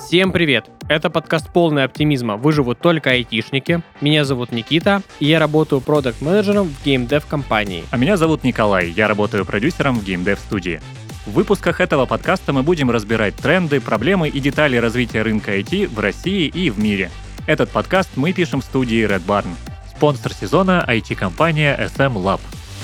Всем привет! Это подкаст «Полный оптимизма. Выживут только айтишники». Меня зовут Никита, и я работаю продакт-менеджером в геймдев-компании. А меня зовут Николай, я работаю продюсером в геймдев-студии. В выпусках этого подкаста мы будем разбирать тренды, проблемы и детали развития рынка IT в России и в мире. Этот подкаст мы пишем в студии Red Barn. Спонсор сезона – IT-компания SM Lab.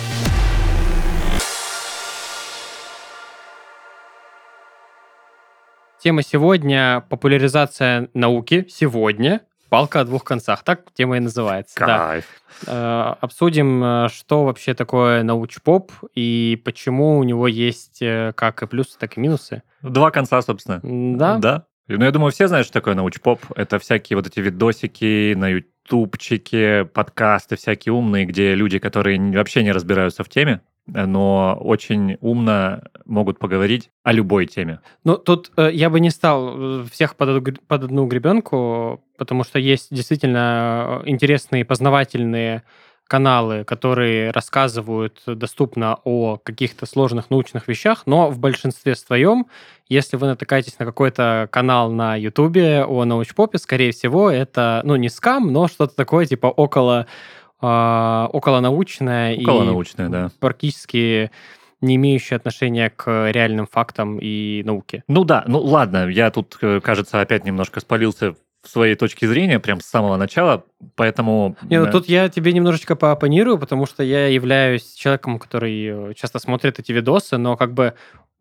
Тема сегодня – популяризация науки сегодня. Палка о двух концах. Так тема и называется. Кайф. Да. Обсудим, что вообще такое научпоп и почему у него есть как и плюсы, так и минусы. Два конца, собственно. Да? Да. Ну, я думаю, все знают, что такое научпоп. Это всякие вот эти видосики на ютубчике, подкасты всякие умные, где люди, которые вообще не разбираются в теме, но очень умно могут поговорить о любой теме. Ну, тут я бы не стал всех под одну гребенку, потому что есть действительно интересные познавательные каналы, которые рассказывают доступно о каких-то сложных научных вещах, но в большинстве своем, если вы натыкаетесь на какой-то канал на Ютубе о научпопе, скорее всего, это, не скам, но что-то такое типа околонаучное и Да. практически не имеющее отношения к реальным фактам и науке. Ну да, ну ладно, я тут, кажется, опять немножко спалился в своей точке зрения прям с самого начала, поэтому... Тут я тебе немножечко пооппонирую, потому что я являюсь человеком, который часто смотрит эти видосы, но как бы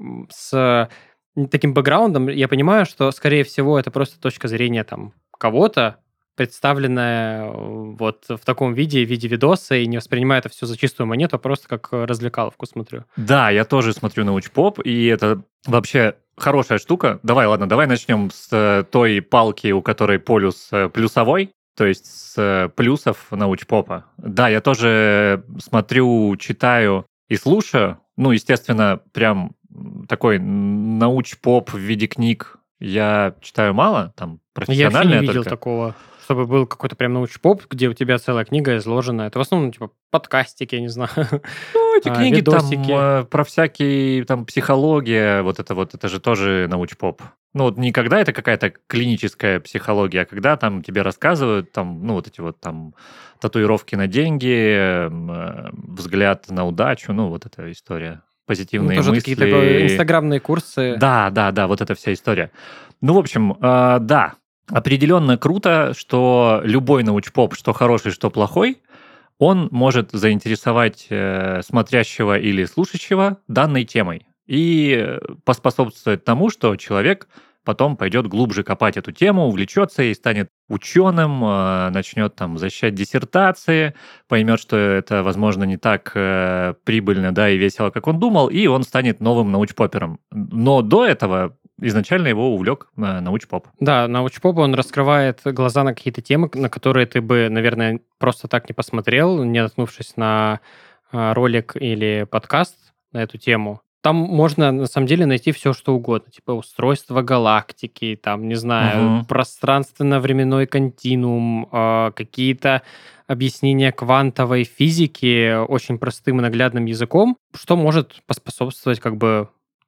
с таким бэкграундом я понимаю, что, скорее всего, это просто точка зрения там кого-то, представленная вот в таком виде, в виде видоса, и не воспринимаю это все за чистую монету, а просто как развлекаловку смотрю. Да, я тоже смотрю научпоп, и это вообще хорошая штука. Давай начнем с той палки, у которой полюс плюсовой, то есть с плюсов научпопа. Да, я тоже смотрю, читаю и слушаю. Ну, естественно, прям такой научпоп в виде книг я читаю мало, там профессиональные. Я вообще не видел такого, чтобы был какой-то прям научпоп, где у тебя целая книга изложена. Это в основном типа подкастики, я не знаю. Ну, эти книги видосики. там про всякие там психология, это же тоже научпоп. Ну, вот не когда это какая-то клиническая психология, а когда там тебе рассказывают, там, вот эти вот там татуировки на деньги, взгляд на удачу, вот эта история. Позитивные тоже мысли. Тоже такие инстаграмные курсы. Да, вот эта вся история. Ну, в общем, да, определенно круто, что любой научпоп, что хороший, что плохой, он может заинтересовать смотрящего или слушающего данной темой и поспособствовать тому, что человек потом пойдет глубже копать эту тему, увлечется и станет ученым, начнет там защищать диссертации, поймет, что это, возможно, не так прибыльно, да, и весело, как он думал, и он станет новым научпопером. Но до этого изначально его увлек научпоп. Да, научпоп, он раскрывает глаза на какие-то темы, на которые ты бы, наверное, просто так не посмотрел, не наткнувшись на ролик или подкаст на эту тему. Там можно, на самом деле, найти все, что угодно. Типа устройство галактики, там, не знаю, пространственно-временной континуум, какие-то объяснения квантовой физики очень простым и наглядным языком, что может поспособствовать как бы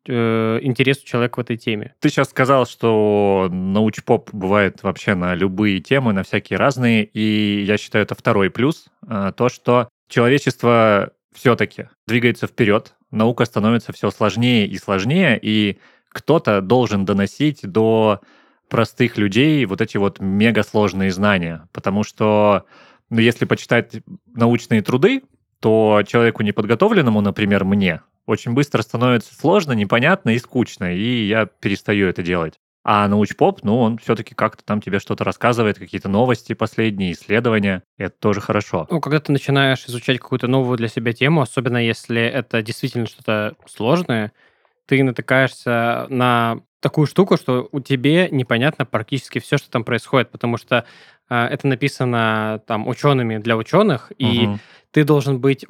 интересу человека в этой теме. Ты сейчас сказал, что научпоп бывает вообще на любые темы, на всякие разные, и я считаю, это второй плюс, то, что человечество все-таки двигается вперед, наука становится все сложнее и сложнее, и кто-то должен доносить до простых людей вот эти вот мегасложные знания, потому что, если почитать научные труды, то человеку неподготовленному, например, мне, очень быстро становится сложно, непонятно и скучно, и я перестаю это делать. А научпоп, он все-таки как-то там тебе что-то рассказывает, какие-то новости последние, исследования, и это тоже хорошо. Когда ты начинаешь изучать какую-то новую для себя тему, особенно если это действительно что-то сложное, ты натыкаешься на такую штуку, что у тебя непонятно практически все, что там происходит, потому что это написано там учеными для ученых, и ты должен быть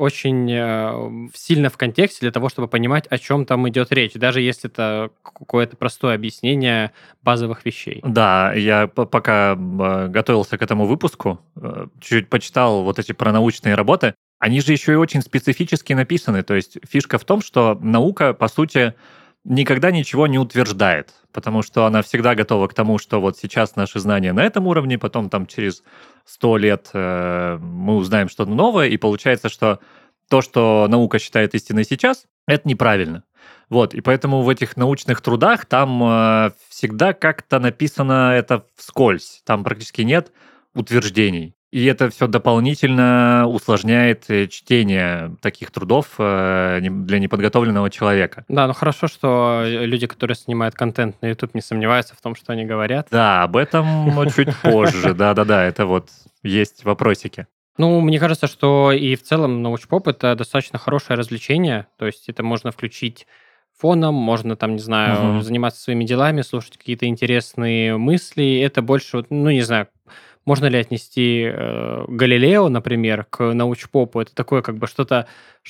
очень сильно в контексте для того, чтобы понимать, о чем там идет речь, даже если это какое-то простое объяснение базовых вещей. Да, я пока готовился к этому выпуску, чуть почитал вот эти пронаучные работы. Они же еще и очень специфически написаны. То есть фишка в том, что наука, по сути, никогда ничего не утверждает, потому что она всегда готова к тому, что вот сейчас наши знания на этом уровне, потом там через 100 лет мы узнаем что-то новое, и получается, что то, что наука считает истиной сейчас, это неправильно. Вот, и поэтому в этих научных трудах там всегда как-то написано это вскользь, там практически нет утверждений. И это все дополнительно усложняет чтение таких трудов для неподготовленного человека. Да, ну хорошо, что люди, которые снимают контент на YouTube, не сомневаются в том, что они говорят. Да, об этом чуть позже. Да-да-да, это вот есть вопросики. Ну, мне кажется, что и в целом научпоп — это достаточно хорошее развлечение. То есть это можно включить фоном, можно там, не знаю, заниматься своими делами, слушать какие-то интересные мысли. Это больше, ну, не знаю, можно ли отнести Галилео, например, к научпопу? Это такое как бы что-то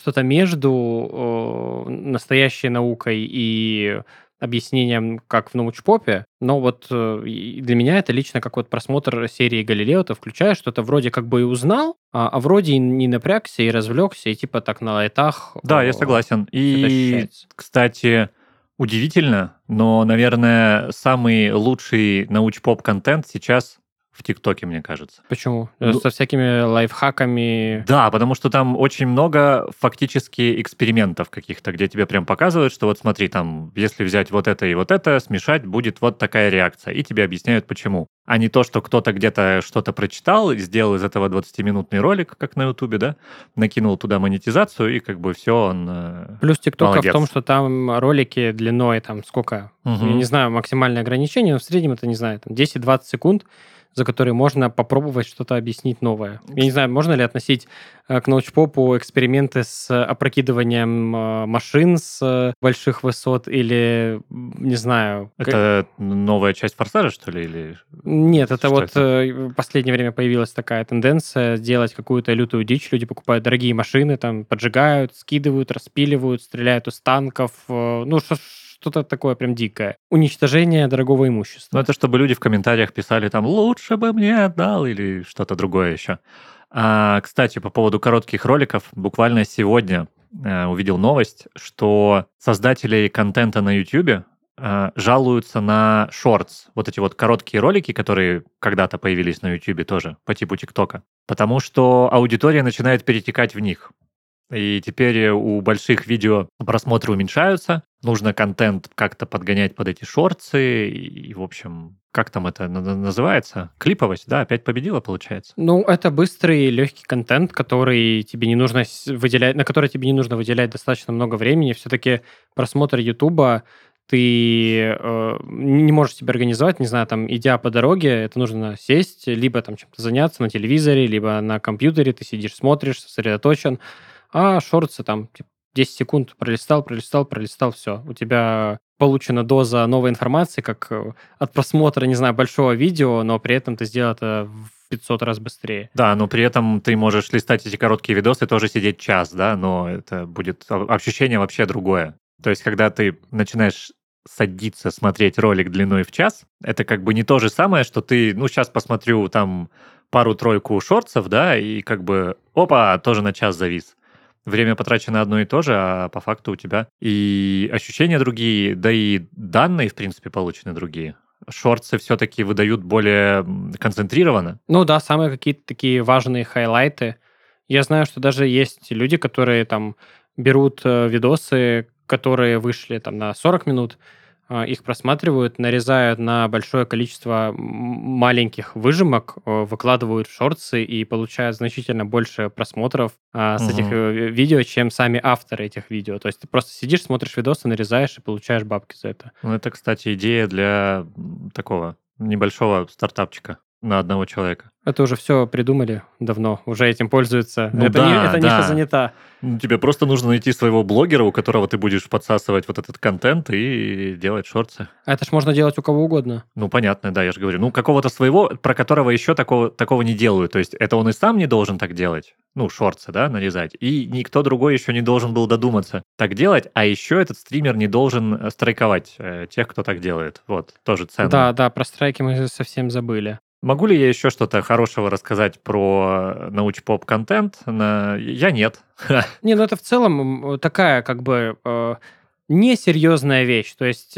между настоящей наукой и объяснением, как в научпопе. Но вот для меня это лично как вот просмотр серии Галилео. Ты включаешь, что-то вроде как бы и узнал, а вроде и не напрягся, и развлекся, и типа так на лайтах. Да, я согласен. И, кстати, удивительно, но, наверное, самый лучший научпоп-контент сейчас в ТикТоке, мне кажется. Почему? Со всякими лайфхаками. Да, потому что там очень много фактически экспериментов каких-то, где тебе прям показывают, что вот смотри, там, если взять вот это и вот это, смешать, будет вот такая реакция. И тебе объясняют, почему. А не то, что кто-то где-то что-то прочитал, сделал из этого 20-минутный ролик, как на Ютубе, да, накинул туда монетизацию, и как бы все, он Плюс ТикТока молодец. в том, что там ролики длиной, там, сколько? Я не знаю, максимальное ограничение, но в среднем это, не знаю, там 10-20 секунд, за которые можно попробовать что-то объяснить новое. Я не знаю, можно ли относить к научпопу эксперименты с опрокидыванием машин с больших высот или, не знаю... Это новая часть «Форсажа», что ли? Или... Нет, это вот в последнее время появилась такая тенденция делать какую-то лютую дичь. Люди покупают дорогие машины, там, поджигают, скидывают, распиливают, стреляют из танков. Ну, что-то такое прям дикое. Уничтожение дорогого имущества. Ну, это чтобы люди в комментариях писали там «лучше бы мне отдал» или что-то другое еще. Кстати, по поводу коротких роликов, буквально сегодня увидел новость, что создатели контента на YouTube жалуются на шортс, вот эти вот короткие ролики, которые когда-то появились на YouTube тоже, по типу ТикТока, потому что аудитория начинает перетекать в них. И теперь у больших видео просмотры уменьшаются, нужно контент как-то подгонять под эти шортсы, и в общем, как там это называется? Клиповость, да, опять победила, получается? Ну, это быстрый, легкий контент, который тебе не нужно выделять, на который тебе не нужно выделять достаточно много времени. Все-таки просмотр Ютуба ты не можешь себе организовать, не знаю, там, идя по дороге, это нужно сесть, либо там чем-то заняться на телевизоре, либо на компьютере, ты сидишь, смотришь, сосредоточен, а шортсы там, типа, 10 секунд пролистал, все. У тебя получена доза новой информации, как от просмотра, не знаю, большого видео, но при этом ты сделал это в 500 раз быстрее. Да, но при этом ты можешь листать эти короткие видосы, тоже сидеть час, да, но это будет ощущение вообще другое. То есть, когда ты начинаешь садиться смотреть ролик длиной в час, это как бы не то же самое, что ты, ну, сейчас посмотрю там пару-тройку шортсов, да, и как бы, опа, тоже на час завис. Время потрачено одно и то же, а по факту у тебя и ощущения другие, да и данные, в принципе, получены другие. Шортсы все-таки выдают более концентрированно. Ну да, самые какие-то такие важные хайлайты. Я знаю, что даже есть люди, которые там берут видосы, которые вышли там на 40 минут, их просматривают, нарезают на большое количество маленьких выжимок, выкладывают в шортсы и получают значительно больше просмотров с этих видео, чем сами авторы этих видео. То есть ты просто сидишь, смотришь видосы, нарезаешь и получаешь бабки за это. Ну, это, кстати, идея для такого небольшого стартапчика на одного человека. Это уже все придумали давно, уже этим пользуются. Ну это да, ниша занята. Тебе просто нужно найти своего блогера, у которого ты будешь подсасывать вот этот контент и делать шортсы. А это ж можно делать у кого угодно. Ну, понятно, да, я же говорю. Ну, какого-то своего, про которого еще такого не делают. То есть это он и сам не должен так делать. Ну, шортсы, да, нарезать. И никто другой еще не должен был додуматься так делать. А еще этот стример не должен страйковать тех, кто так делает. Вот, тоже ценно. Да, про страйки мы совсем забыли. Могу ли я еще что-то хорошего рассказать про научпоп-контент? Я нет. Не, ну это в целом такая как бы несерьезная вещь. То есть,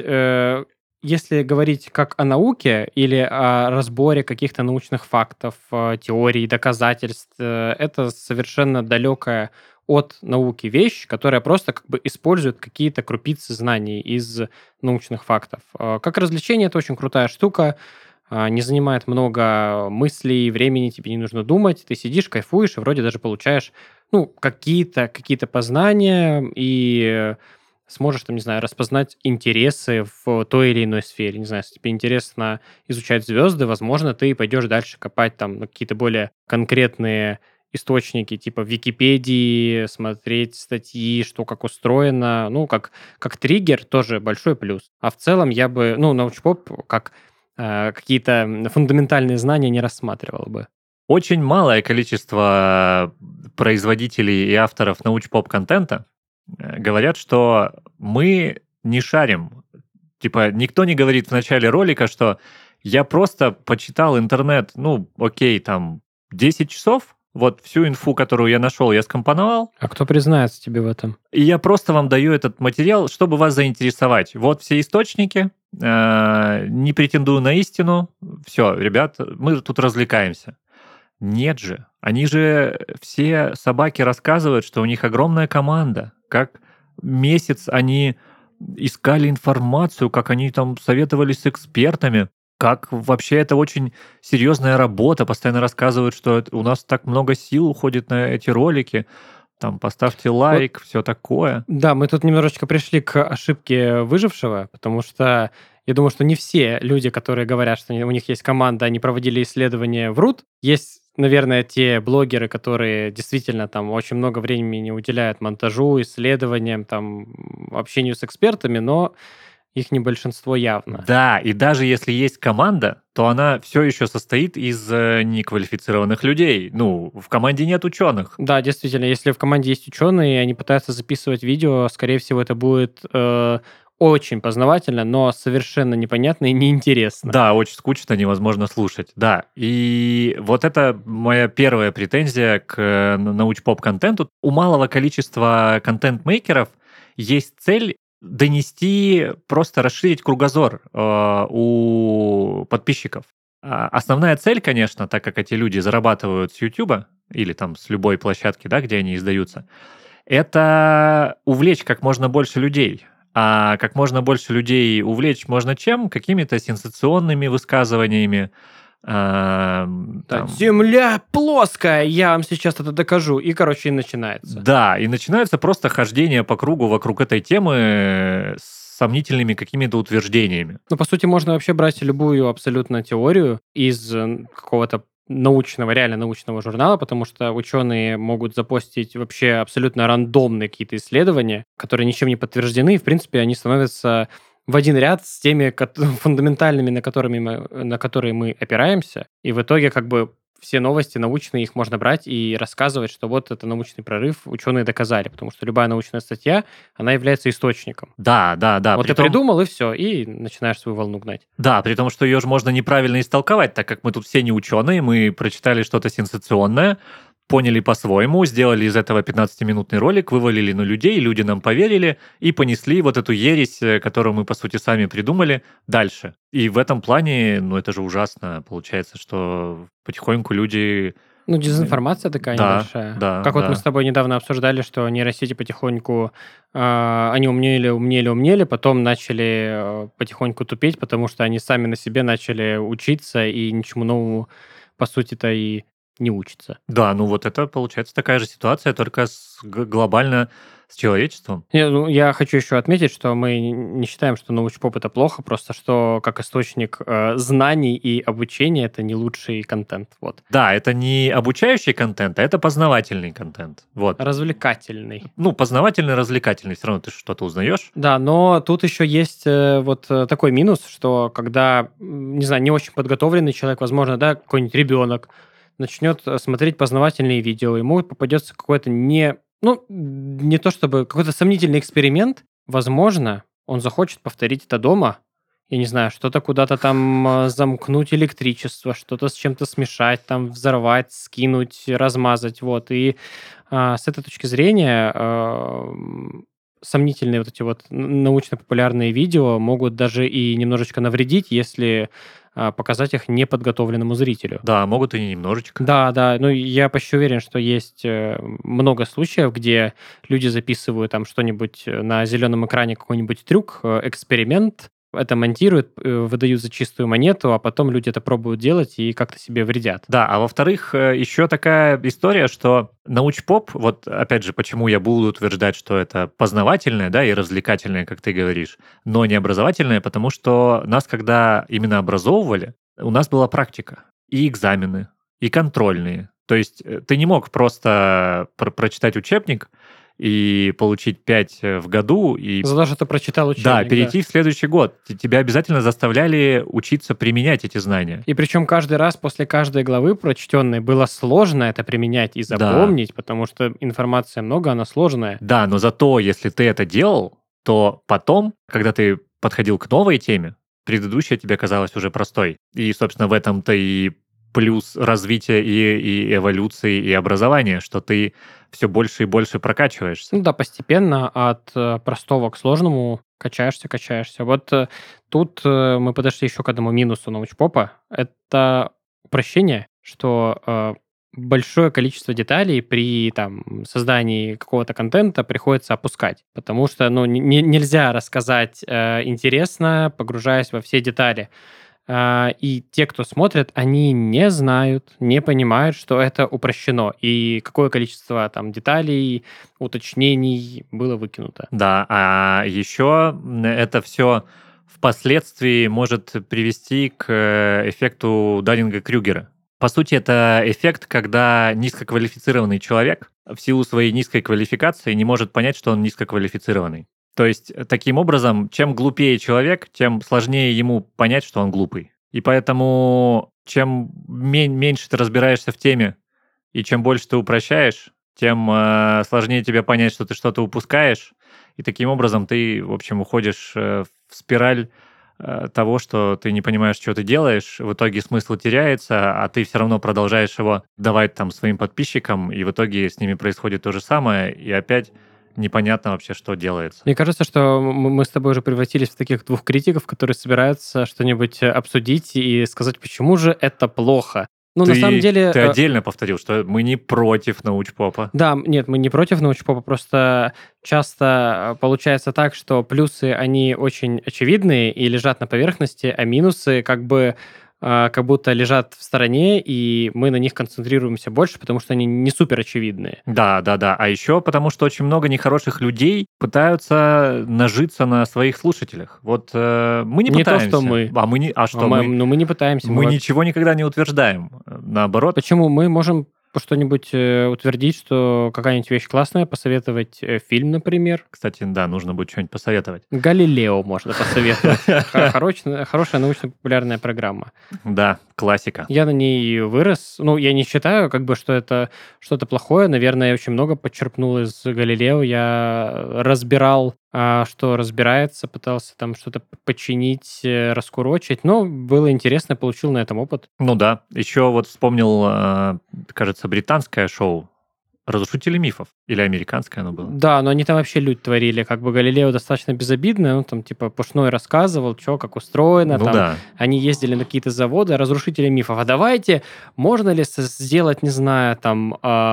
если говорить как о науке или о разборе каких-то научных фактов, теорий, доказательств, это совершенно далекая от науки вещь, которая просто как бы использует какие-то крупицы знаний из научных фактов. Как развлечение это очень крутая штука, не занимает много мыслей, времени, тебе не нужно думать, ты сидишь, кайфуешь и вроде даже получаешь, ну, какие-то познания и сможешь, там, не знаю, распознать интересы в той или иной сфере. Не знаю, если тебе интересно изучать звезды, возможно, ты пойдешь дальше копать там на какие-то более конкретные источники, типа Википедии, смотреть статьи, что как устроено. Ну, как триггер тоже большой плюс. А в целом я бы, ну, научпоп как какие-то фундаментальные знания не рассматривал бы. Очень малое количество производителей и авторов научпоп-контента говорят, что мы не шарим. Типа, никто не говорит в начале ролика, что я просто почитал интернет, ну, окей, там, 10 часов, вот всю инфу, которую я нашел, я скомпоновал, А кто признается тебе в этом? и я просто вам даю этот материал, чтобы вас заинтересовать. Вот все источники, не претендую на истину, все, ребят, мы тут развлекаемся. Нет же. Они же все собаки рассказывают, что у них огромная команда, как месяц они искали информацию, как они там советовались с экспертами, как вообще это очень серьезная работа, постоянно рассказывают, что у нас так много сил уходит на эти ролики, там поставьте лайк, все такое. Да, мы тут немножечко пришли к ошибке выжившего, потому что я думаю, что не все люди, которые говорят, что у них есть команда, они проводили исследования, врут. Есть, наверное, те блогеры, которые действительно там очень много времени уделяют монтажу, исследованиям, там, общению с экспертами, но их не большинство явно. Да, и даже если есть команда, то она все еще состоит из неквалифицированных людей. Ну, в команде нет ученых. Да, действительно, если в команде есть ученые, и они пытаются записывать видео, скорее всего, это будет очень познавательно, но совершенно непонятно и неинтересно. Да, очень скучно, невозможно слушать. Да, и вот это моя первая претензия к научпоп-контенту. У малого количества контент-мейкеров есть цель донести, просто расширить кругозор у подписчиков. Основная цель, конечно, так как эти люди зарабатывают с YouTube или там с любой площадки, да, где они издаются, это увлечь как можно больше людей. А как можно больше людей увлечь можно чем? Какими-то сенсационными высказываниями. Да, Земля плоская, я вам сейчас это докажу. И, короче, и начинается. Да, и начинается просто хождение по кругу вокруг этой темы с сомнительными какими-то утверждениями. Ну, по сути, можно вообще брать любую абсолютно теорию из какого-то научного, реально научного журнала, потому что ученые могут запостить вообще абсолютно рандомные какие-то исследования, которые ничем не подтверждены, и, в принципе, они становятся в один ряд с теми фундаментальными, на которые мы опираемся, и в итоге как бы все новости научные, их можно брать и рассказывать, что вот это научный прорыв, ученые доказали, потому что любая научная статья, она является источником. Да, да, да. Вот ты придумал, и все, и начинаешь свою волну гнать. Да, при том, что ее же можно неправильно истолковать, так как мы тут все не ученые, мы прочитали что-то сенсационное, поняли по-своему, сделали из этого 15-минутный ролик, вывалили на людей, люди нам поверили и понесли вот эту ересь, которую мы, по сути, сами придумали, дальше. И в этом плане, ну, это же ужасно. Получается, что потихоньку люди... Ну, дезинформация такая небольшая. Да, как вот мы с тобой недавно обсуждали, что нейросети потихоньку, они умнели, потом начали потихоньку тупеть, потому что они сами на себе начали учиться, и ничему новому, по сути-то, и не учатся. Да, ну вот это получается такая же ситуация, только глобально с человечеством. Я хочу еще отметить, что мы не считаем, что научпоп это плохо, просто что как источник знаний и обучения это не лучший контент. Вот. Да, это не обучающий контент, а это познавательный контент. Вот. Развлекательный. Ну, познавательный, развлекательный, все равно ты что-то узнаешь. Да, но тут еще есть вот такой минус, что когда, не знаю, не очень подготовленный человек, возможно, да, какой-нибудь ребенок, начнет смотреть познавательные видео, ему попадется какой-то не то чтобы какой-то сомнительный эксперимент, возможно, он захочет повторить это дома, я не знаю, что-то куда-то там замкнуть электричество, что-то с чем-то смешать, там взорвать, скинуть, размазать, вот. И с этой точки зрения сомнительные вот эти вот научно-популярные видео могут даже и немножечко навредить, если показать их неподготовленному зрителю. Да, могут и немножечко. Да, да, ну я почти уверен, что есть много случаев, где люди записывают там что-нибудь на зеленом экране, какой-нибудь трюк, эксперимент, это монтируют, выдают за чистую монету, а потом люди это пробуют делать и как-то себе вредят. Да, а во-вторых, еще такая история, что научпоп, вот опять же, почему я буду утверждать, что это познавательное, да, и развлекательное, как ты говоришь, но не образовательное, потому что нас, когда именно образовывали, у нас была практика, и экзамены, и контрольные. То есть ты не мог просто прочитать учебник и получить 5 в году, и За то, что ты прочитал учебник. да, перейти в следующий год. Тебя обязательно заставляли учиться применять эти знания. И причем каждый раз после каждой главы прочтенной было сложно это применять и запомнить, потому что информации много, она сложная. Да, но зато, если ты это делал, то потом, когда ты подходил к новой теме, предыдущая тебе казалась уже простой. И, собственно, в этом-то и плюс развития и эволюции, и образования, что ты все больше и больше прокачиваешься. Ну да, постепенно от простого к сложному качаешься. Вот тут мы подошли еще к одному минусу научпопа. Это упрощение, что большое количество деталей при там, создании какого-то контента приходится опускать, потому что нельзя рассказать интересно, погружаясь во все детали. И те, кто смотрят, они не знают, не понимают, что это упрощено, и какое количество там деталей, уточнений было выкинуто. Да, а еще это все впоследствии может привести к эффекту Даннинга-Крюгера. По сути, это эффект, когда низкоквалифицированный человек в силу своей низкой квалификации не может понять, что он низкоквалифицированный. То есть, таким образом, чем глупее человек, тем сложнее ему понять, что он глупый. И поэтому, чем меньше ты разбираешься в теме, и чем больше ты упрощаешь, тем сложнее тебе понять, что ты что-то упускаешь. И таким образом ты, в общем, уходишь в спираль того, что ты не понимаешь, что ты делаешь, в итоге смысл теряется, а ты все равно продолжаешь его давать там своим подписчикам, и в итоге с ними происходит то же самое, и опять непонятно вообще, что делается. Мне кажется, что мы с тобой уже превратились в таких двух критиков, которые собираются что-нибудь обсудить и сказать, почему же это плохо. Ну, на самом деле... Ты отдельно повторил, что мы не против научпопа. Да, нет, мы не против научпопа, просто часто получается так, что плюсы, они очень очевидные и лежат на поверхности, а минусы как будто лежат в стороне, и мы на них концентрируемся больше, потому что они не супер очевидные. Да. А еще потому, что очень много нехороших людей пытаются нажиться на своих слушателях. Вот мы не пытаемся. Не то, что мы. Мы не пытаемся. Мы ничего никогда не утверждаем. Наоборот. Почему? Мы можем что-нибудь утвердить, что какая-нибудь вещь классная, посоветовать фильм, например. Кстати, да, нужно будет что-нибудь посоветовать. «Галилео» можно посоветовать. Хорошая научно-популярная программа. Да, классика. Я на ней вырос. Ну, я не считаю, что это что-то плохое. Наверное, я очень много подчерпнул из «Галилео». Я разбирал, что разбирается, пытался там что-то починить, раскурочить. Но было интересно, получил на этом опыт. Ну да. Еще вот вспомнил, кажется, британское шоу «Разрушители мифов». Или американское оно было? Да, но они там вообще лють творили. Галилео достаточно безобидно. Он там типа Пушной рассказывал, что, как устроено. Ну там, да. Они ездили на какие-то заводы, а разрушители мифов. А давайте, можно ли сделать, не знаю, там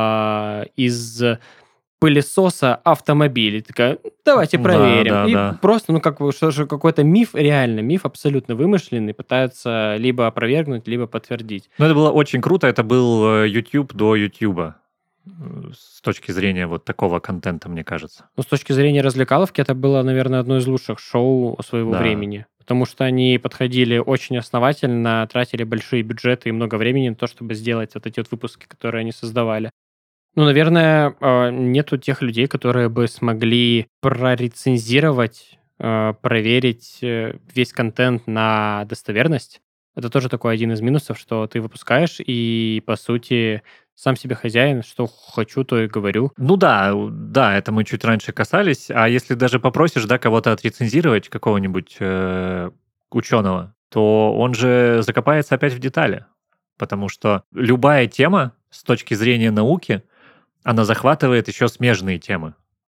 из пылесоса автомобиль? И такая, давайте проверим. Да. Просто, что же какой-то миф, реально миф абсолютно вымышленный, пытаются либо опровергнуть, либо подтвердить. Ну, это было очень круто. Это был YouTube до YouTube. С точки зрения вот такого контента, мне кажется. Ну, с точки зрения развлекаловки, это было, наверное, одно из лучших шоу своего времени. Потому что они подходили очень основательно, тратили большие бюджеты и много времени на то, чтобы сделать вот эти вот выпуски, которые они создавали. Ну, наверное, нету тех людей, которые бы смогли прорецензировать, проверить весь контент на достоверность. Это тоже такой один из минусов, что ты выпускаешь и, по сути, сам себе хозяин, что хочу, то и говорю. Ну да, это мы чуть раньше касались. А если даже попросишь, кого-то отрецензировать, какого-нибудь ученого, то он же закопается опять в детали. Потому что любая тема с точки зрения науки, она захватывает еще смежные темы.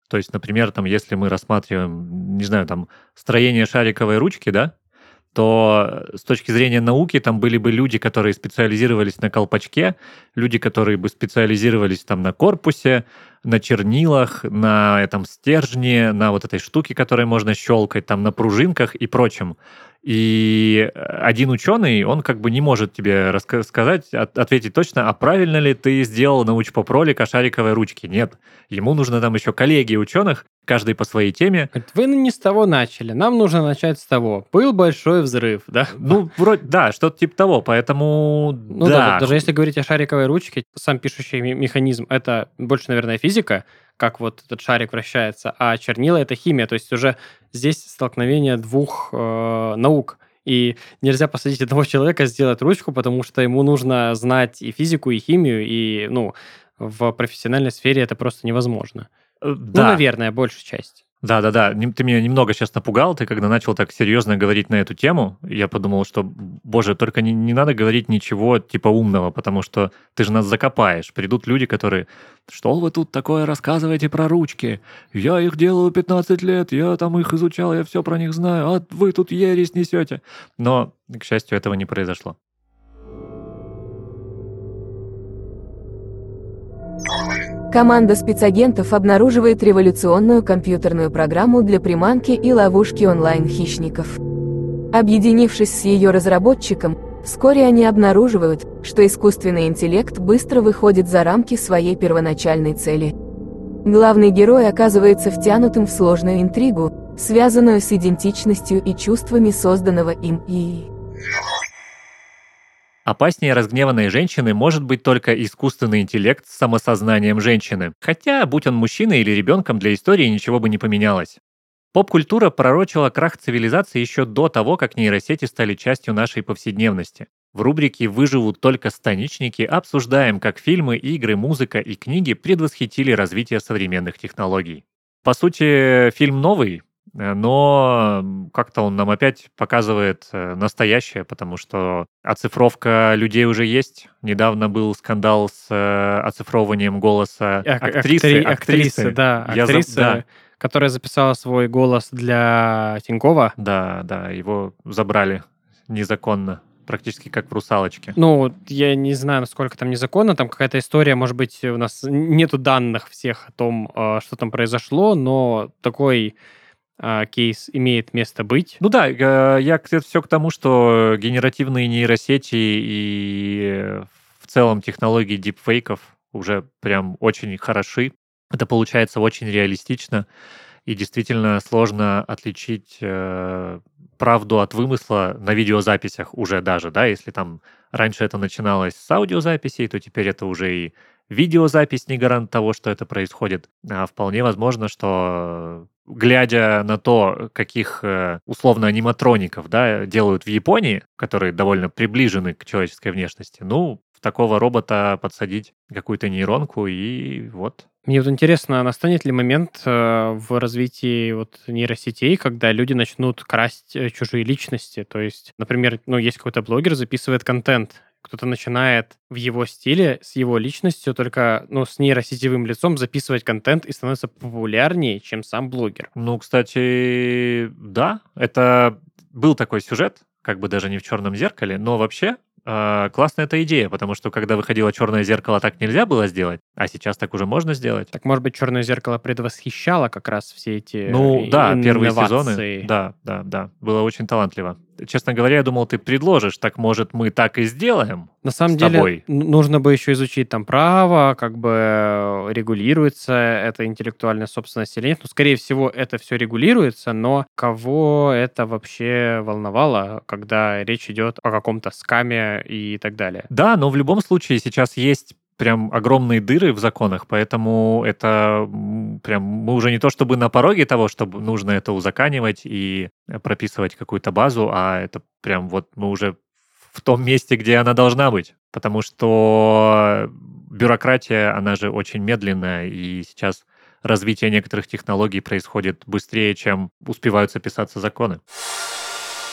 То есть, например, там, если мы рассматриваем, не знаю, там, строение шариковой ручки, да, то с точки зрения науки там были бы люди, которые специализировались на колпачке, люди, которые бы специализировались там на корпусе, на чернилах, на этом стержне, на вот этой штуке, которой можно щелкать, там на пружинках и прочем. И один ученый, он как бы не может тебе сказать, ответить точно, а правильно ли ты сделал научпоп-ролик о шариковой ручке. Нет. Ему нужно там еще коллегии ученых, каждый по своей теме. Говорит, вы не с того начали, нам нужно начать с того. Был большой взрыв, да? Ну, вроде, да, что-то типа того, поэтому Ну да. даже если говорить о шариковой ручке, сам пишущий механизм — это больше, наверное, физика, как вот этот шарик вращается, а чернила — это химия. То есть уже здесь столкновение двух наук. И нельзя посадить одного человека сделать ручку, потому что ему нужно знать и физику, и химию, и в профессиональной сфере это просто невозможно. Да. Наверное, большая часть. Да. Ты меня немного сейчас напугал. Ты когда начал так серьезно говорить на эту тему, я подумал, что, боже, только не надо говорить ничего типа умного, потому что ты же нас закопаешь. Придут люди, которые: что вы тут такое рассказываете про ручки? Я их делаю 15 лет, я там их изучал, я все про них знаю, а вы тут ересь несете. Но, к счастью, этого не произошло. Команда спецагентов обнаруживает революционную компьютерную программу для приманки и ловушки онлайн-хищников. Объединившись с ее разработчиком, вскоре они обнаруживают, что искусственный интеллект быстро выходит за рамки своей первоначальной цели. Главный герой оказывается втянутым в сложную интригу, связанную с идентичностью и чувствами созданного им ИИ. Опаснее разгневанной женщины может быть только искусственный интеллект с самосознанием женщины. Хотя, будь он мужчиной или ребенком, для истории ничего бы не поменялось. Поп-культура пророчила крах цивилизации еще до того, как нейросети стали частью нашей повседневности. В рубрике «Выживут только станичники» обсуждаем, как фильмы, игры, музыка и книги предвосхитили развитие современных технологий. По сути, фильм новый, но как-то он нам опять показывает настоящее, потому что оцифровка людей уже есть. Недавно был скандал с оцифрованием голоса актрисы. Да, актрисы, которая записала свой голос для Тинькова. Да, его забрали незаконно. Практически как в «Русалочке». Ну, я не знаю, насколько там незаконно. Там какая-то история, может быть, у нас нету данных всех о том, что там произошло, но такой кейс имеет место быть. Ну да, я все к тому, что генеративные нейросети и в целом технологии дипфейков уже прям очень хороши. Это получается очень реалистично, и действительно сложно отличить правду от вымысла на видеозаписях уже даже, да, если там раньше это начиналось с аудиозаписей, то теперь это уже и видеозапись не гарант того, что это происходит. А вполне возможно, что глядя на то, каких условно аниматроников, да, делают в Японии, которые довольно приближены к человеческой внешности, ну, в такого робота подсадить какую-то нейронку и вот. Мне вот интересно, настанет ли момент в развитии вот нейросетей, когда люди начнут красть чужие личности? То есть, например, есть какой-то блогер, записывает контент, кто-то начинает в его стиле, с его личностью, только с нейросетевым лицом записывать контент и становится популярнее, чем сам блогер. Ну, кстати, да, это был такой сюжет, как бы даже не в «Черном зеркале», но вообще классная эта идея, потому что когда выходило «Черное зеркало», так нельзя было сделать, а сейчас так уже можно сделать. Так, может быть, «Черное зеркало» предвосхищало как раз все эти да, первые инновации. сезоны. Да. Было очень талантливо. Честно говоря, я думал, ты предложишь, так может мы так и сделаем. На самом деле, нужно бы еще изучить там право, как бы регулируется это интеллектуальная собственность или нет. Скорее всего, это все регулируется, но кого это вообще волновало, когда речь идет о каком-то скаме и так далее? Да, но в любом случае сейчас есть прям огромные дыры в законах, поэтому это прям мы уже не то чтобы на пороге того, чтобы нужно это узаконивать и прописывать какую-то базу, а это прям вот мы уже в том месте, где она должна быть, потому что бюрократия, она же очень медленная, и сейчас развитие некоторых технологий происходит быстрее, чем успеваются писаться законы.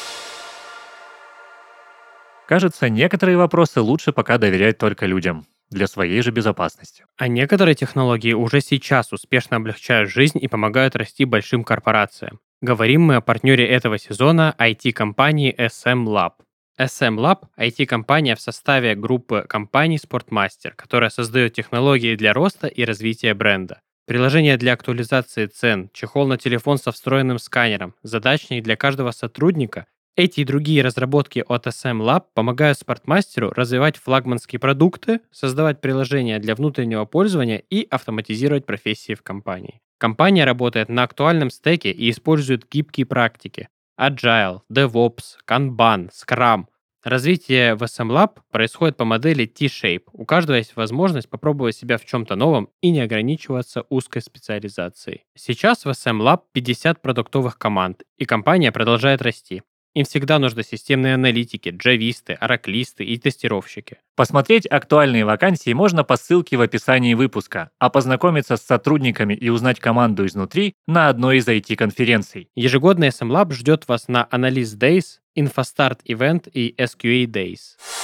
Кажется, некоторые вопросы лучше пока доверять только людям. для своей же безопасности. А некоторые технологии уже сейчас успешно облегчают жизнь и помогают расти большим корпорациям. Говорим мы о партнере этого сезона IT-компании SM Lab. SM Lab – IT-компания в составе группы компаний Sportmaster, которая создает технологии для роста и развития бренда. Приложение для актуализации цен, чехол на телефон со встроенным сканером, задачник для каждого сотрудника. Эти и другие разработки от SM Lab помогают Спортмастеру развивать флагманские продукты, создавать приложения для внутреннего пользования и автоматизировать профессии в компании. Компания работает на актуальном стеке и использует гибкие практики: Agile, DevOps, Kanban, Scrum. Развитие в SM Lab происходит по модели T-Shape. У каждого есть возможность попробовать себя в чем-то новом и не ограничиваться узкой специализацией. Сейчас в SM Lab 50 продуктовых команд, и компания продолжает расти. Им всегда нужны системные аналитики, джависты, ораклисты и тестировщики. Посмотреть актуальные вакансии можно по ссылке в описании выпуска, а познакомиться с сотрудниками и узнать команду изнутри на одной из IT-конференций. Ежегодно SM Lab ждет вас на Analyst Days, InfoStart Event и SQA Days.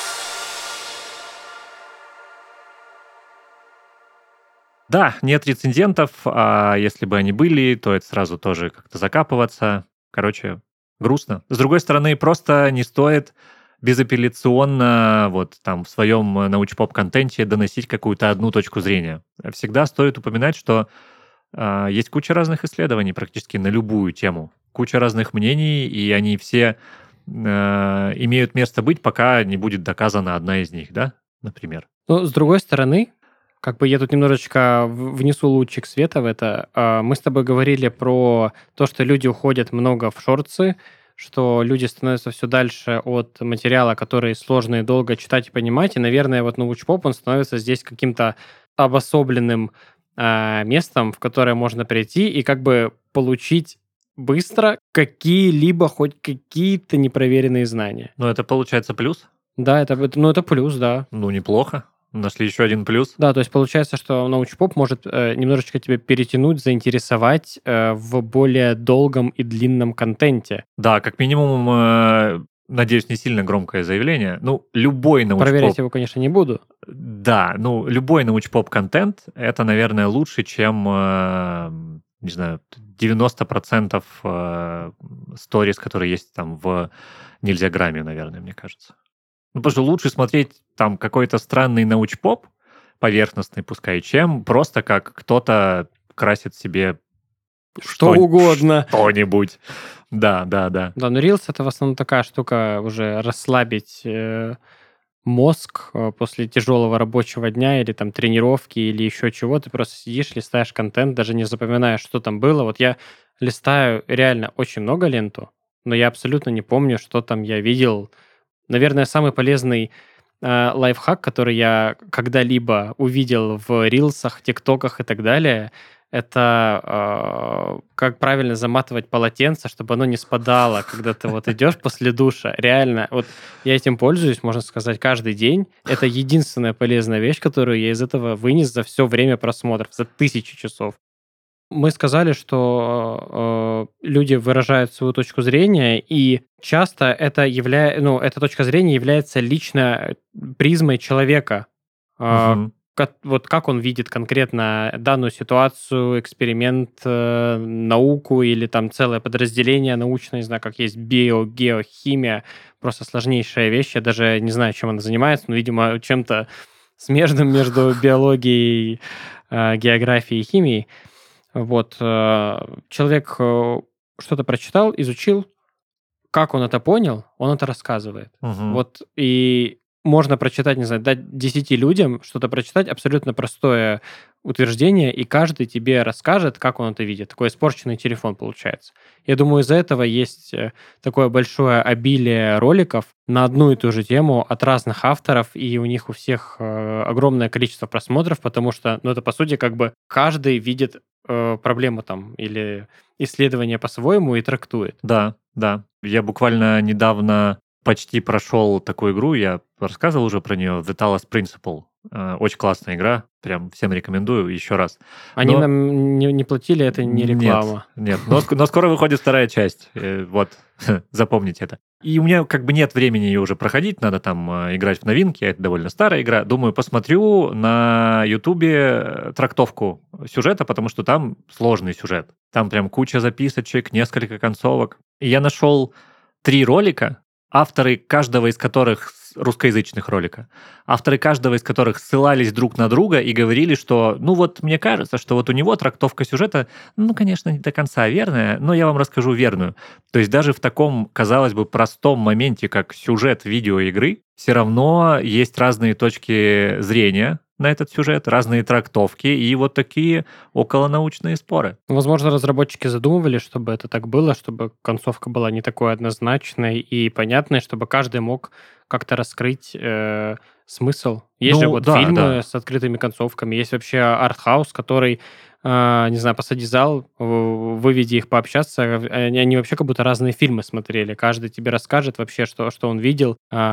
Да, нет рецензентов, а если бы они были, то это сразу тоже как-то закапываться. Короче, грустно. С другой стороны, просто не стоит безапелляционно вот там в своем научпоп-контенте доносить какую-то одну точку зрения. Всегда стоит упоминать, что есть куча разных исследований практически на любую тему, куча разных мнений, и они все имеют место быть, пока не будет доказана одна из них, да, например. Но с другой стороны, как бы я тут немножечко внесу лучик света в это. Мы с тобой говорили про то, что люди уходят много в шортсы, что люди становятся все дальше от материала, который сложно и долго читать и понимать. И, наверное, вот научпоп, он становится здесь каким-то обособленным местом, в которое можно прийти и как бы получить быстро какие-либо, хоть какие-то непроверенные знания. Но это получается плюс? Да, это плюс, да. Ну, неплохо. Нашли еще один плюс. Да, то есть получается, что научпоп может немножечко тебя перетянуть, заинтересовать в более долгом и длинном контенте. Да, как минимум, надеюсь, не сильно громкое заявление. Ну, любой научпоп... Проверять его, конечно, не буду. Да, ну, любой научпоп-контент — это, наверное, лучше, чем, не знаю, 90% сторис, которые есть там в Нельзяграме, наверное, мне кажется. Ну, потому что лучше смотреть там какой-то странный научпоп, поверхностный пускай, чем просто как кто-то красит себе что угодно. Что-нибудь. Да. Да, но Reels — это в основном такая штука уже расслабить мозг после тяжелого рабочего дня или там тренировки или еще чего. Ты просто сидишь, листаешь контент, даже не запоминаешь, что там было. Вот я листаю реально очень много ленту, но я абсолютно не помню, что там я видел. Наверное, самый полезный лайфхак, который я когда-либо увидел в рилсах, тиктоках и так далее, это как правильно заматывать полотенце, чтобы оно не спадало, когда ты вот идешь после душа. Реально, вот я этим пользуюсь, можно сказать, каждый день. Это единственная полезная вещь, которую я из этого вынес за все время просмотров, за 1000 часов. Мы сказали, что люди выражают свою точку зрения, и часто эта точка зрения является лично призмой человека. Вот как он видит конкретно данную ситуацию, эксперимент, науку или там целое подразделение научное, не знаю, как есть геохимия, просто сложнейшая вещь. Я даже не знаю, чем она занимается, но, видимо, чем-то смежным между биологией, географией и химией. Вот, человек что-то прочитал, изучил, как он это понял, он это рассказывает. Вот, и можно прочитать, не знаю, дать 10 людям что-то прочитать, абсолютно простое утверждение, и каждый тебе расскажет, как он это видит. Такой испорченный телефон получается. Я думаю, из-за этого есть такое большое обилие роликов на одну и ту же тему от разных авторов, и у них у всех огромное количество просмотров, потому что, это по сути как бы каждый видит проблему там или исследование по-своему и трактует. Да. Я буквально недавно почти прошел такую игру, я рассказывал уже про нее, The Talos Principle. Очень классная игра, прям всем рекомендую еще раз. Они нам не платили, это не реклама. Нет, но скоро выходит вторая часть, вот, запомните это. И у меня как бы нет времени ее уже проходить, надо там играть в новинки, это довольно старая игра. Думаю, посмотрю на Ютубе трактовку сюжета, потому что там сложный сюжет. Там прям куча записочек, несколько концовок. И я нашел 3 ролика, авторы каждого из которых, русскоязычных ролика, авторы каждого из которых ссылались друг на друга и говорили, что, ну вот мне кажется, что вот у него трактовка сюжета, ну, конечно, не до конца верная, но я вам расскажу верную. То есть даже в таком, казалось бы, простом моменте, как сюжет видеоигры, все равно есть разные точки зрения на этот сюжет, разные трактовки и вот такие околонаучные споры. Возможно, разработчики задумывали, чтобы это так было, чтобы концовка была не такой однозначной и понятной, чтобы каждый мог как-то раскрыть смысл. Есть же вот фильмы с открытыми концовками, есть вообще артхаус, который, не знаю, посади зал, выведи их пообщаться, они вообще как будто разные фильмы смотрели. Каждый тебе расскажет вообще, что он видел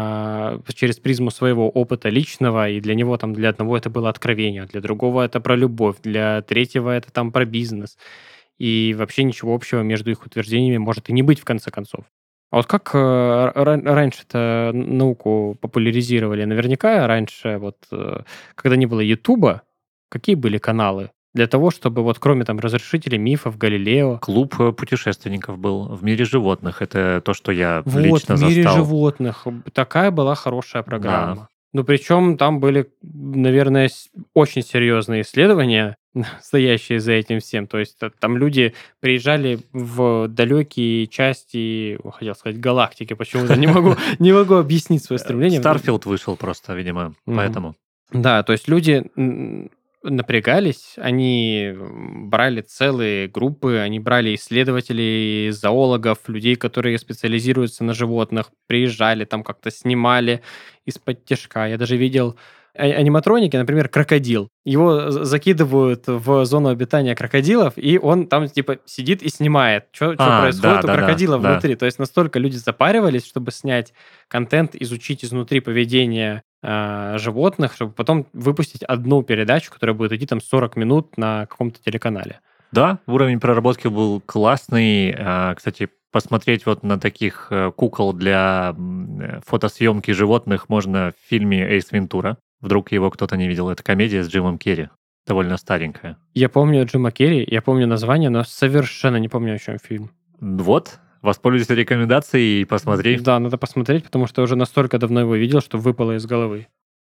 через призму своего опыта личного, и для него там, для одного это было откровение, для другого это про любовь, для третьего это там про бизнес. И вообще ничего общего между их утверждениями может и не быть в конце концов. А вот как раньше-то науку популяризировали? Наверняка раньше, вот, когда не было Ютуба, какие были каналы? Для того, чтобы вот кроме там разрешителей мифов, Галилео... Клуб путешественников был в «Мире животных». Это то, что я Вот, лично в «Мире застал. животных» такая была хорошая программа. Да. Ну, причем там были, наверное, очень серьезные исследования, стоящие за этим всем. То есть там люди приезжали в далекие части, хотел сказать, галактики, почему-то не могу объяснить свое стремление. Старфилд вышел просто, видимо, поэтому. Да, то есть люди напрягались, они брали целые группы, они брали исследователей, зоологов, людей, которые специализируются на животных, приезжали, там как-то снимали из-под тяжка. Я даже видел аниматроники, например, крокодил. Его закидывают в зону обитания крокодилов, и он там типа сидит и снимает, что происходит у крокодила внутри. То есть настолько люди запаривались, чтобы снять контент, изучить изнутри поведение животных, чтобы потом выпустить одну передачу, которая будет идти там 40 минут на каком-то телеканале. Да, уровень проработки был классный. Кстати, посмотреть вот на таких кукол для фотосъемки животных можно в фильме «Эйс Вентура». Вдруг его кто-то не видел. Это комедия с Джимом Керри. Довольно старенькая. Я помню Джима Керри, я помню название, но совершенно не помню, о чем фильм. Вот, воспользуйся рекомендацией и посмотри. Да, надо посмотреть, потому что уже настолько давно его видел, что выпало из головы.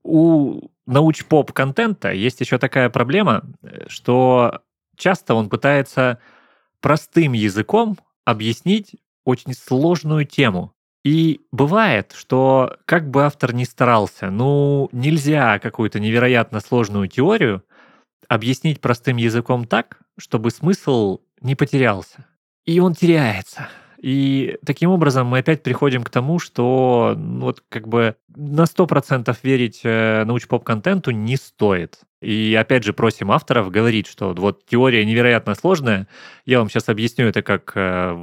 У научпоп-контента есть еще такая проблема, что часто он пытается простым языком объяснить очень сложную тему. И бывает, что как бы автор ни старался, нельзя какую-то невероятно сложную теорию объяснить простым языком так, чтобы смысл не потерялся. И он теряется. И таким образом мы опять приходим к тому, что вот как бы на 100% верить научпоп-контенту не стоит. И опять же просим авторов говорить, что вот теория невероятно сложная. Я вам сейчас объясню это, как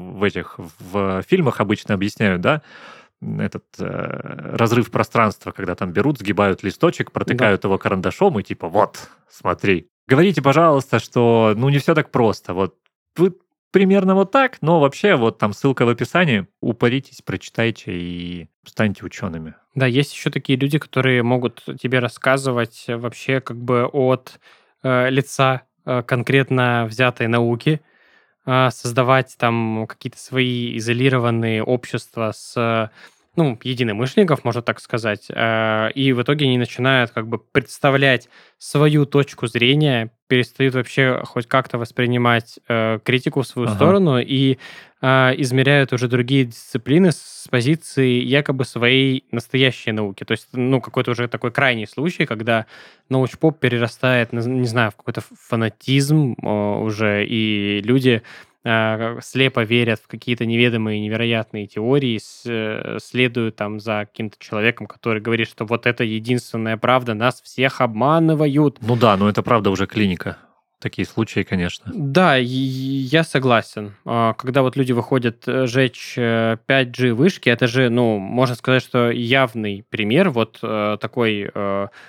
в фильмах обычно объясняют, да? Этот разрыв пространства, когда там берут, сгибают листочек, протыкают его карандашом и типа вот, смотри. Говорите, пожалуйста, что не все так просто. Вот вы примерно вот так, но вообще вот там ссылка в описании. Упаритесь, прочитайте и станьте учеными. Да, есть еще такие люди, которые могут тебе рассказывать вообще как бы от лица конкретно взятой науки, создавать там какие-то свои изолированные общества с единомышленников, можно так сказать, и в итоге они начинают как бы представлять свою точку зрения, перестают вообще хоть как-то воспринимать критику в свою сторону и измеряют уже другие дисциплины с позиции якобы своей настоящей науки. То есть, какой-то уже такой крайний случай, когда научпоп перерастает, не знаю, в какой-то фанатизм уже, и люди слепо верят в какие-то неведомые невероятные теории, следуют там за каким-то человеком, который говорит, что вот это единственная правда, нас всех обманывают. Ну да, но это правда уже клиника. Такие случаи, конечно. Да, я согласен. Когда вот люди выходят жечь 5G вышки, это же, можно сказать, что явный пример вот такой,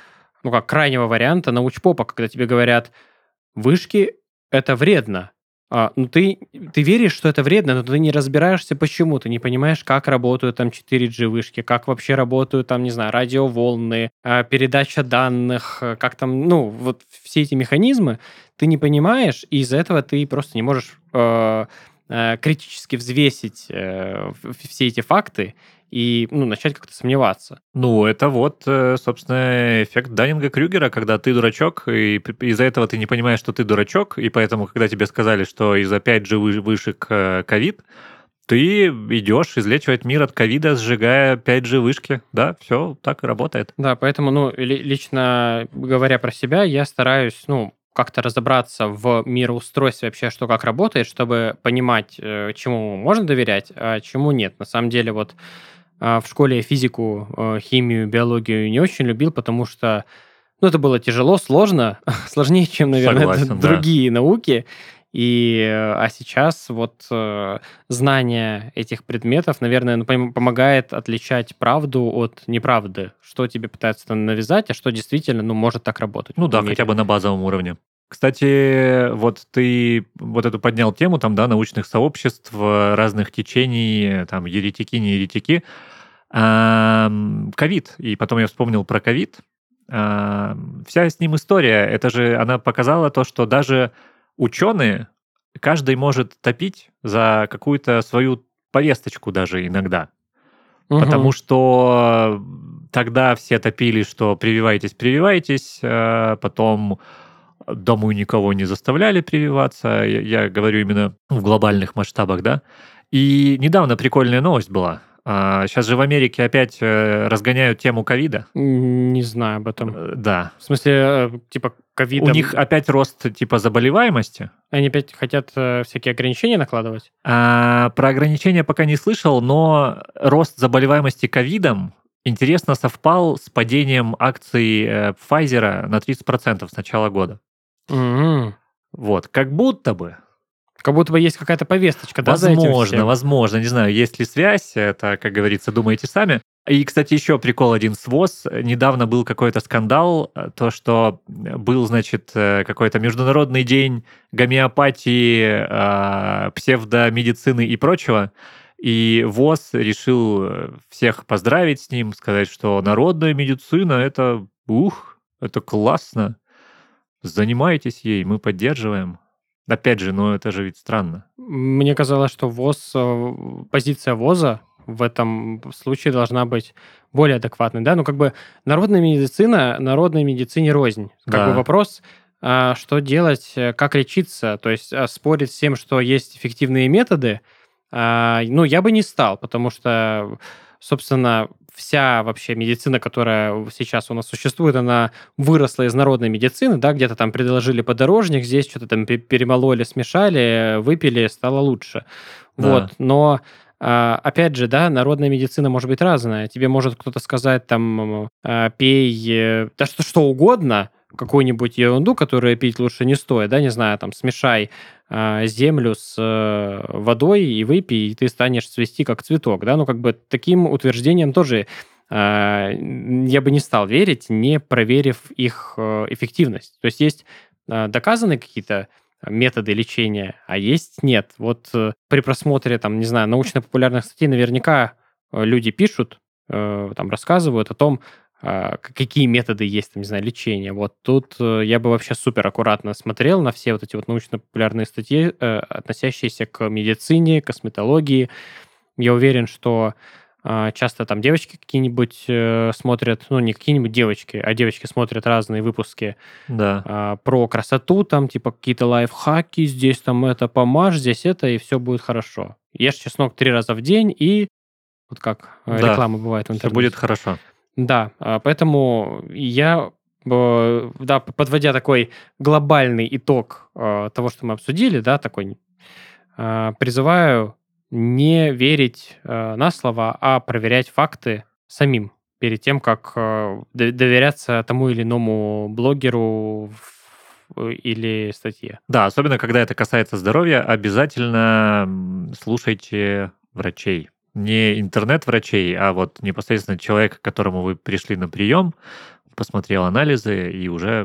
как крайнего варианта научпопа, когда тебе говорят, вышки — это вредно. Ну, ты веришь, что это вредно, но ты не разбираешься, почему. Ты не понимаешь, как работают там 4G-вышки, как вообще работают там, не знаю, радиоволны, передача данных, как там, ну, вот все эти механизмы ты не понимаешь, и из-за этого ты просто не можешь критически взвесить все эти факты и, ну, начать как-то сомневаться. Ну, это вот, собственно, эффект Даннинга-Крюгера, когда ты дурачок, и из-за этого ты не понимаешь, что ты дурачок, и поэтому, когда тебе сказали, что из-за 5G вышек ковид, ты идешь излечивать мир от ковида, сжигая 5G вышки. Да, все так и работает. Да, поэтому, ну, лично говоря про себя, я стараюсь, ну, как-то разобраться в мироустройстве вообще, что как работает, чтобы понимать, чему можно доверять, а чему нет. На самом деле, вот в школе я физику, химию, биологию не очень любил, потому что, ну, это было тяжело, сложно, сложнее, чем, наверное, Согласен, да. другие науки. А сейчас вот знание этих предметов, наверное, ну, помогает отличать правду от неправды, что тебе пытаются там навязать, а что действительно, ну, может так работать. Ну в да, мире. хотя бы на базовом уровне. Кстати, вот ты вот эту поднял тему там, да, научных сообществ, разных течений, там, еретики, не еретики. Ковид. И потом я вспомнил про ковид. Вся с ним история, это же она показала то, что даже ученые, каждый может топить за какую-то свою повесточку даже иногда. Потому Мгм. что тогда все топили, что прививайтесь, потом, думаю, никого не заставляли прививаться. Я говорю именно в глобальных масштабах, да. И недавно прикольная новость была. Сейчас же в Америке опять разгоняют тему ковида. Не знаю об этом. Да. В смысле, типа, У ковидом... них опять рост типа заболеваемости. Они опять хотят всякие ограничения накладывать? Про ограничения пока не слышал, но рост заболеваемости ковидом интересно совпал с падением акций Pfizer на 30% с начала года. Мгм. Вот, как будто бы. Как будто бы есть какая-то повесточка, да, за этим Возможно, всем? возможно, не знаю, есть ли связь, это, как говорится, думайте сами. И, кстати, еще прикол один с ВОЗ. Недавно был какой-то скандал, то, что был, значит, какой-то международный день гомеопатии, псевдомедицины и прочего. И ВОЗ решил всех поздравить с ним, сказать, что народная медицина это классно. Занимайтесь ей, мы поддерживаем. Опять же, ну это же ведь странно. Мне казалось, что позиция ВОЗа в этом случае должна быть более адекватной, да? Ну, как бы народная медицине рознь. Как бы Да. вопрос, что делать, как лечиться, то есть спорить с тем, что есть эффективные методы, ну, я бы не стал, потому что, собственно, вся вообще медицина, которая сейчас у нас существует, она выросла из народной медицины, да, где-то там предложили подорожник, здесь что-то там перемололи, смешали, выпили, стало лучше. Да. Вот, но опять же, да, народная медицина может быть разная. Тебе может кто-то сказать там, пей, да что угодно, какую-нибудь ерунду, которую пить лучше не стоит, да, не знаю, там, смешай землю с водой и выпей, и ты станешь цвести как цветок, да, ну, как бы таким утверждением тоже я бы не стал верить, не проверив их эффективность. То есть доказанные какие-то методы лечения, а есть нет. Вот при просмотре, там, не знаю, научно-популярных статей наверняка люди пишут, там, рассказывают о том, какие методы есть, там, не знаю, лечения. Вот тут я бы вообще супер аккуратно смотрел на все вот эти вот научно-популярные статьи, относящиеся к медицине, косметологии. Я уверен, что часто там девочки какие-нибудь смотрят, ну, не какие-нибудь девочки, а девочки смотрят разные выпуски Да. про красоту, там, типа, какие-то лайфхаки, здесь там это помажь, здесь это, и все будет хорошо. Ешь чеснок 3 раза в день, и вот как Да. реклама бывает в Все интернете. будет хорошо. Да, поэтому я, да, подводя такой глобальный итог того, что мы обсудили, да, такой, призываю не верить на слово, а проверять факты самим перед тем, как доверяться тому или иному блогеру или статье. Да, особенно когда это касается здоровья, обязательно слушайте врачей. Не интернет-врачей, а вот непосредственно человека, к которому вы пришли на прием. посмотрел анализы и уже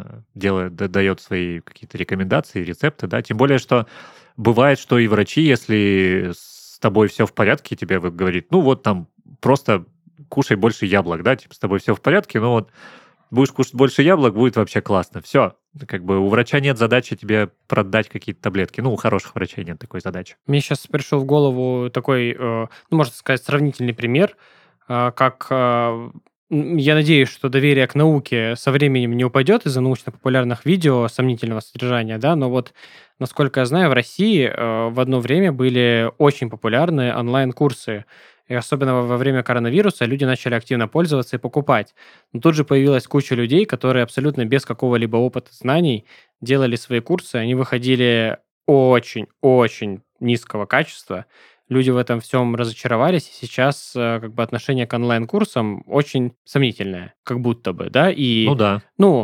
дает свои какие-то рекомендации, рецепты, да, тем более, что бывает, что и врачи, если с тобой все в порядке, тебе говорит, ну вот там просто кушай больше яблок, да, типа с тобой все в порядке, но вот будешь кушать больше яблок, будет вообще классно. Все, как бы у врача нет задачи тебе продать какие-то таблетки. Ну, у хороших врачей нет такой задачи. Мне сейчас пришел в голову такой, ну, можно сказать, сравнительный пример, как я надеюсь, что доверие к науке со временем не упадет из-за научно-популярных видео сомнительного содержания, да, но вот, насколько я знаю, в России в одно время были очень популярны онлайн-курсы, и особенно во время коронавируса люди начали активно пользоваться и покупать. Но тут же появилась куча людей, которые абсолютно без какого-либо опыта, знаний делали свои курсы, они выходили очень-очень низкого качества. Люди в этом всем разочаровались, и сейчас как бы отношение к онлайн-курсам очень сомнительное, как будто бы, да, и, Ну да.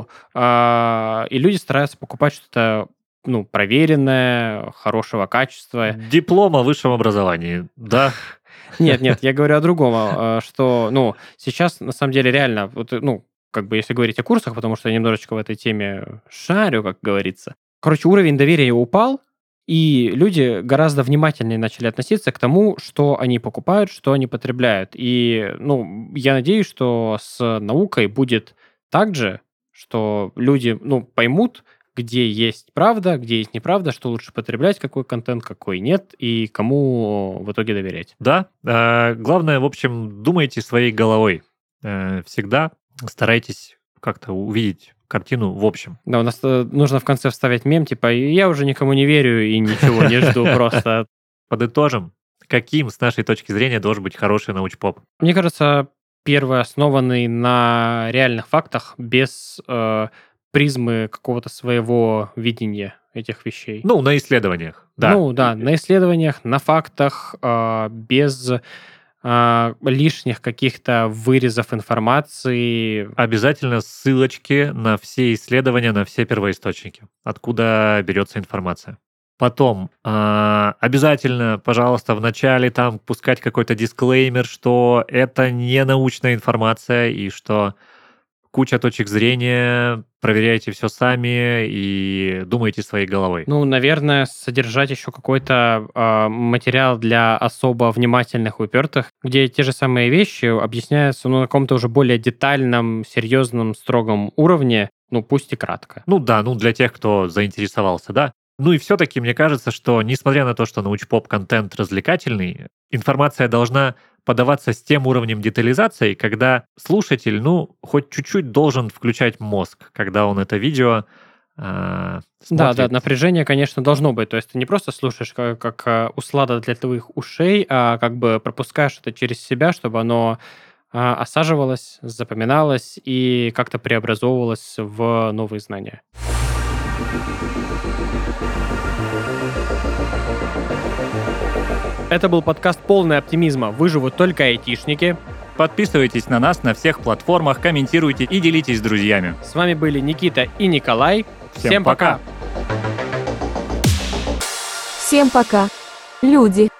и люди стараются покупать что-то, ну, проверенное, хорошего качества. Диплом о высшем образовании, да. Нет, я говорю о другом, что, ну, сейчас, на самом деле, реально, вот, ну, как бы, если говорить о курсах, потому что я немножечко в этой теме шарю, как говорится. Короче, уровень доверия упал, и люди гораздо внимательнее начали относиться к тому, что они покупают, что они потребляют. И, ну, я надеюсь, что с наукой будет так же, что люди, ну, поймут, где есть правда, где есть неправда, что лучше потреблять, какой контент, какой нет, и кому в итоге доверять. Да. Главное, в общем, думайте своей головой. Всегда старайтесь как-то увидеть картину в общем. Да, у нас нужно в конце вставить мем, типа, я уже никому не верю и ничего не жду, просто. Подытожим, каким, с нашей точки зрения, должен быть хороший научпоп? Мне кажется, первый основанный на реальных фактах, без призмы какого-то своего видения этих вещей. Ну, на исследованиях, да. Ну, да, на исследованиях, на фактах, без лишних каких-то вырезов информации. Обязательно ссылочки на все исследования, на все первоисточники, откуда берется информация. Потом обязательно, пожалуйста, в начале там пускать какой-то дисклеймер, что это не научная информация и что куча точек зрения, проверяйте все сами и думайте своей головой. Ну, наверное, содержать еще какой-то материал для особо внимательных, упертых, где те же самые вещи объясняются, ну, на каком-то уже более детальном, серьезном, строгом уровне, ну, пусть и кратко. Ну да, ну для тех, кто заинтересовался, да. Ну и все-таки мне кажется, что несмотря на то, что научпоп-контент развлекательный, информация должна подаваться с тем уровнем детализации, когда слушатель, ну, хоть чуть-чуть должен включать мозг, когда он это видео смотрит. Да, напряжение, конечно, должно быть. То есть ты не просто слушаешь как услада для твоих ушей, а как бы пропускаешь это через себя, чтобы оно осаживалось, запоминалось и как-то преобразовывалось в новые знания. Это был подкаст «Полный оптимизма. Выживут только айтишники». Подписывайтесь на нас на всех платформах, комментируйте и делитесь с друзьями. С вами были Никита и Николай. Всем пока! Всем пока, люди!